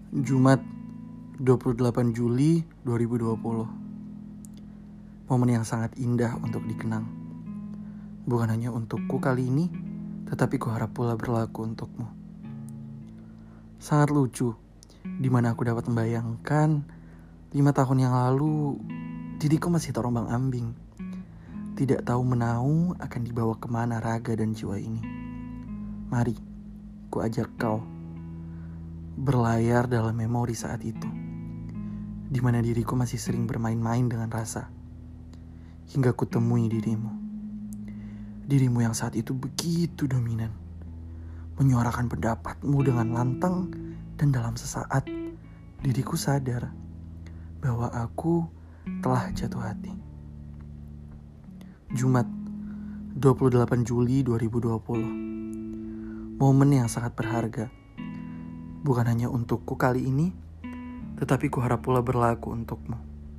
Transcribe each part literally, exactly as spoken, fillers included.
Jumat dua puluh delapan Juli dua ribu dua puluh. Momen yang sangat indah untuk dikenang. Bukan hanya untukku kali ini, tetapi kuharap pula berlaku untukmu. Sangat lucu, di mana aku dapat membayangkan lima tahun yang lalu diriku masih terombang-ambing, tidak tahu menau akan dibawa kemana raga dan jiwa ini. Mari, ku ajak kau berlayar dalam memori saat itu, di mana diriku masih sering bermain-main dengan rasa, hingga ku temui dirimu. Dirimu yang saat itu begitu dominan, menyuarakan pendapatmu dengan lantang, dan dalam sesaat diriku sadar bahwa aku telah jatuh hati. Jumat dua puluh delapan Juli dua ribu dua puluh. Momen yang sangat berharga. Bukan hanya untukku kali ini, tetapi kuharap pula berlaku untukmu.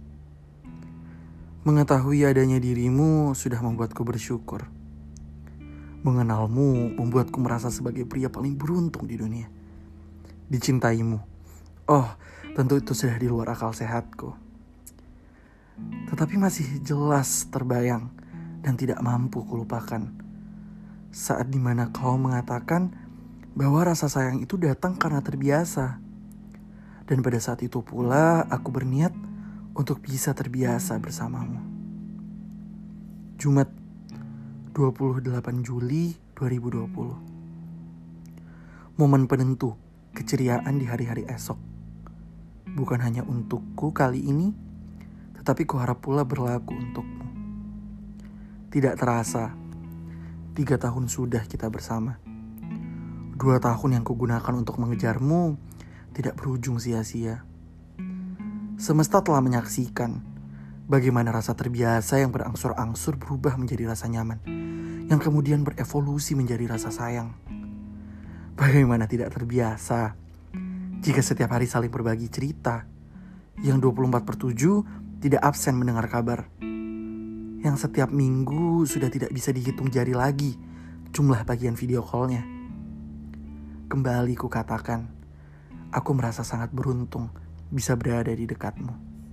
Mengetahui adanya dirimu sudah membuatku bersyukur. Mengenalmu membuatku merasa sebagai pria paling beruntung di dunia. Dicintaimu, oh tentu itu sudah di luar akal sehatku. Tetapi masih jelas terbayang dan tidak mampu kulupakan saat dimana kau mengatakan bahwa rasa sayang itu datang karena terbiasa. Dan pada saat itu pula aku berniat untuk bisa terbiasa bersamamu. Jumat dua puluh delapan Juli dua ribu dua puluh. Momen penentu keceriaan di hari-hari esok. Bukan hanya untukku kali ini, tetapi kuharap pula berlaku untukmu. Tidak terasa, tiga tahun sudah kita bersama. Dua tahun yang kugunakan untuk mengejarmu tidak berujung sia-sia. Semesta telah menyaksikan bagaimana rasa terbiasa yang berangsur-angsur berubah menjadi rasa nyaman, yang kemudian berevolusi menjadi rasa sayang. Bagaimana tidak terbiasa jika setiap hari saling berbagi cerita, yang dua puluh empat per tujuh tidak absen mendengar kabar, yang setiap minggu sudah tidak bisa dihitung jari lagi jumlah bagian video call-nya. Kembali ku katakan, aku merasa sangat beruntung bisa berada di dekatmu.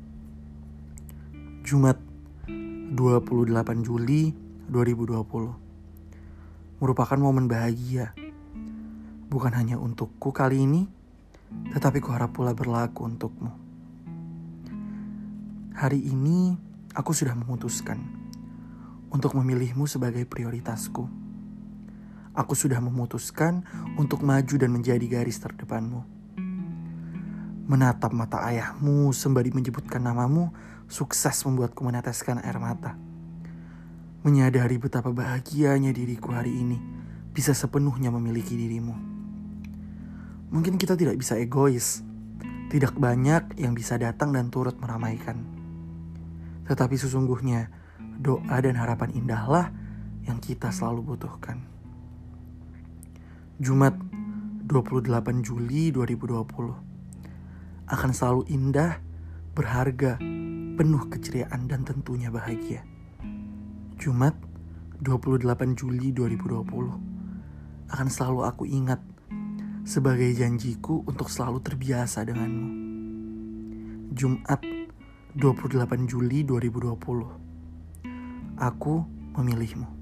Jumat dua puluh delapan Juli dua ribu dua puluh merupakan momen bahagia. Bukan hanya untukku kali ini, tetapi kuharap pula berlaku untukmu. Hari ini aku sudah memutuskan untuk memilihmu sebagai prioritasku. Aku sudah memutuskan untuk maju dan menjadi garis terdepanmu. Menatap mata ayahmu sembari menyebutkan namamu sukses membuatku meneteskan air mata. Menyadari betapa bahagianya diriku hari ini bisa sepenuhnya memiliki dirimu. Mungkin kita tidak bisa egois, tidak banyak yang bisa datang dan turut meramaikan. Tetapi sesungguhnya doa dan harapan indahlah yang kita selalu butuhkan. Jumat dua puluh delapan Juli dua ribu dua puluh akan selalu indah, berharga, penuh keceriaan dan tentunya bahagia. Jumat dua puluh delapan Juli dua ribu dua puluh akan selalu aku ingat sebagai janjiku untuk selalu terbiasa denganmu. Jumat dua puluh delapan Juli dua ribu dua puluh. Aku memilihmu.